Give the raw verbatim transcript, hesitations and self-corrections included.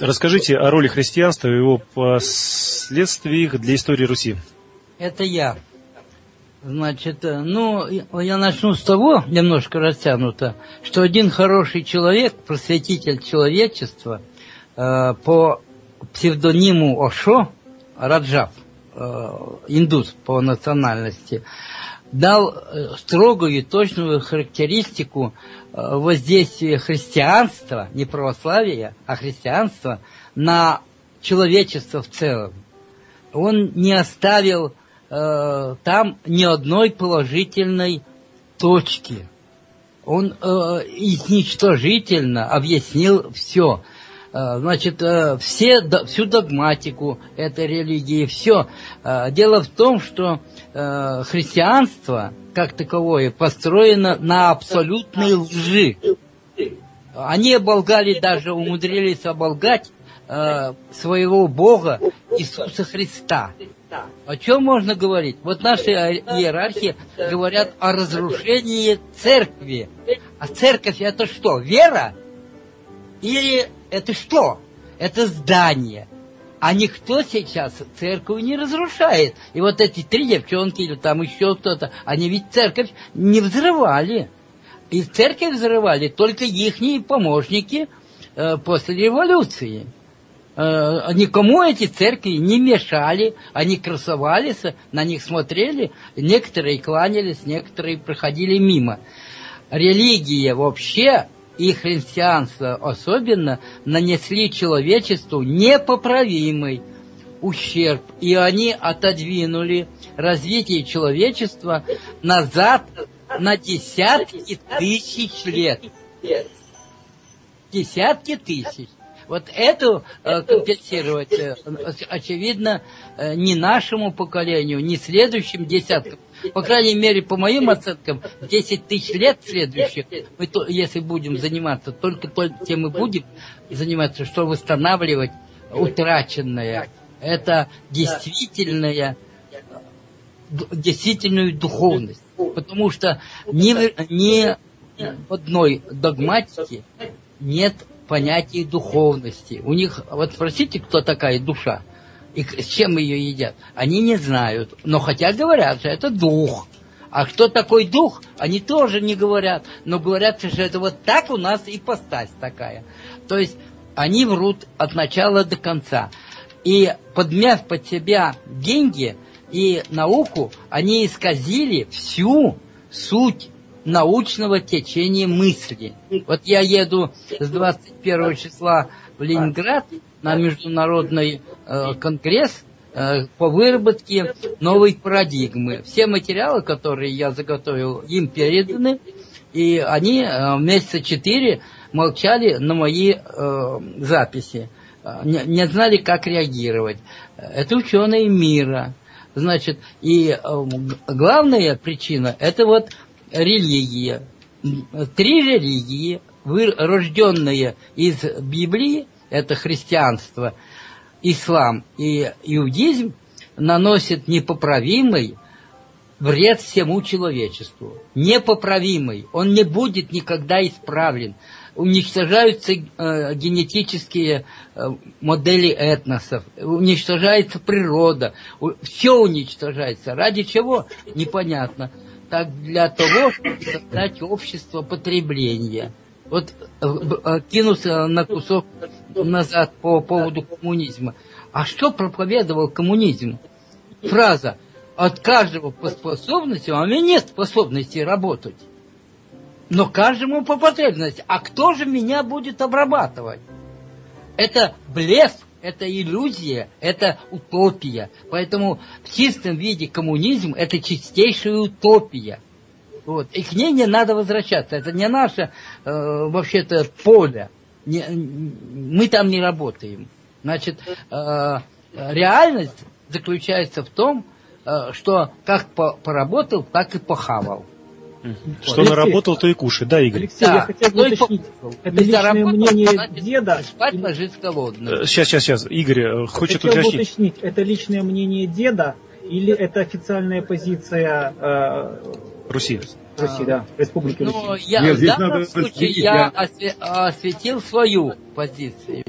Расскажите о роли христианства и его последствиях для истории Руси. Это я. Значит, ну, я начну с того, немножко растянуто, что один хороший человек, просветитель человечества, э, по псевдониму Ошо, Раджаб, э, индус по национальности, дал строгую и точную характеристику воздействия христианства, не православия, а христианства, на человечество в целом. Он не оставил э, там ни одной положительной точки. Он э, изничтожительно объяснил все. Э, значит, э, все, до, всю догматику этой религии, все. Э, дело в том, что э, христианство, как таковое, построено на абсолютной лжи. Они оболгали, даже умудрились оболгать э, своего Бога Иисуса Христа. О чем можно говорить? Вот наши иерархи говорят о разрушении церкви. А церковь это что? Вера? Или это что? Это здание. А никто сейчас церковь не разрушает. И вот эти три девчонки или там еще кто-то, они ведь церковь не взрывали. И церковь взрывали только ихние помощники э, после революции. Э, никому эти церкви не мешали, они красовались, на них смотрели, некоторые кланялись, некоторые проходили мимо. Религия вообще и христианство особенно нанесли человечеству непоправимый ущерб, и они отодвинули развитие человечества назад на десятки тысяч лет. Десятки тысяч. Вот это э, компенсировать, э, очевидно, э, не нашему поколению, не следующим десяткам. По крайней мере, по моим оценкам, десять тысяч лет следующих, мы, то, если будем заниматься, только, только тем и будем заниматься, что восстанавливать утраченное. Это действительная, действительную духовность. Потому что ни, ни в одной догматике нет понятия духовности. У них, вот спросите, кто такая душа? И с чем ее едят? Они не знают. Но хотя говорят, что это дух. А кто такой дух? Они тоже не говорят. Но говорят, что это вот так у нас ипостась такая. То есть они врут от начала до конца. И подмяв под себя деньги и науку, они исказили всю суть научного течения мысли. Вот я еду с двадцать первого числа в Ленинград на международный э, конгресс э, по выработке новой парадигмы. Все материалы, которые я заготовил, им переданы, и они э, месяца четыре молчали на мои э, записи, не, не знали, как реагировать. Это ученые мира. Значит, и э, главная причина – это вот религия. Три религии, вы, рожденные из Библии, это христианство, ислам и иудизм, наносят непоправимый вред всему человечеству. Непоправимый. Он не будет никогда исправлен. Уничтожаются э, генетические э, модели этносов, уничтожается природа, все уничтожается. Ради чего? Непонятно. Так для того, чтобы создать общество потребления. Вот кинулся на кусок назад по поводу коммунизма. А что проповедовал коммунизм? Фраза: от каждого по способности, а у меня нет способности работать. Но каждому по потребности. А кто же меня будет обрабатывать? Это блеф, это иллюзия, это утопия. Поэтому в чистом виде коммунизм – это чистейшая утопия. Вот. И к ней не надо возвращаться. Это не наше, э, вообще-то, поле. Не, мы там не работаем. Значит, э, реальность заключается в том, э, что как по поработал, так и похавал. Что Алексей, наработал, то и кушай. Да, Игорь? Алексей, да. Я хотел бы уточнить. Это личное мнение деда. Спать ложись голодным. Сейчас, сейчас, сейчас. Игорь хочет уточнить. уточнить. уточнить. Это личное мнение деда или это официальная позиция э, Руси? Руси, да, Республики Но Руси. я, в данном случае я осветил свою позицию.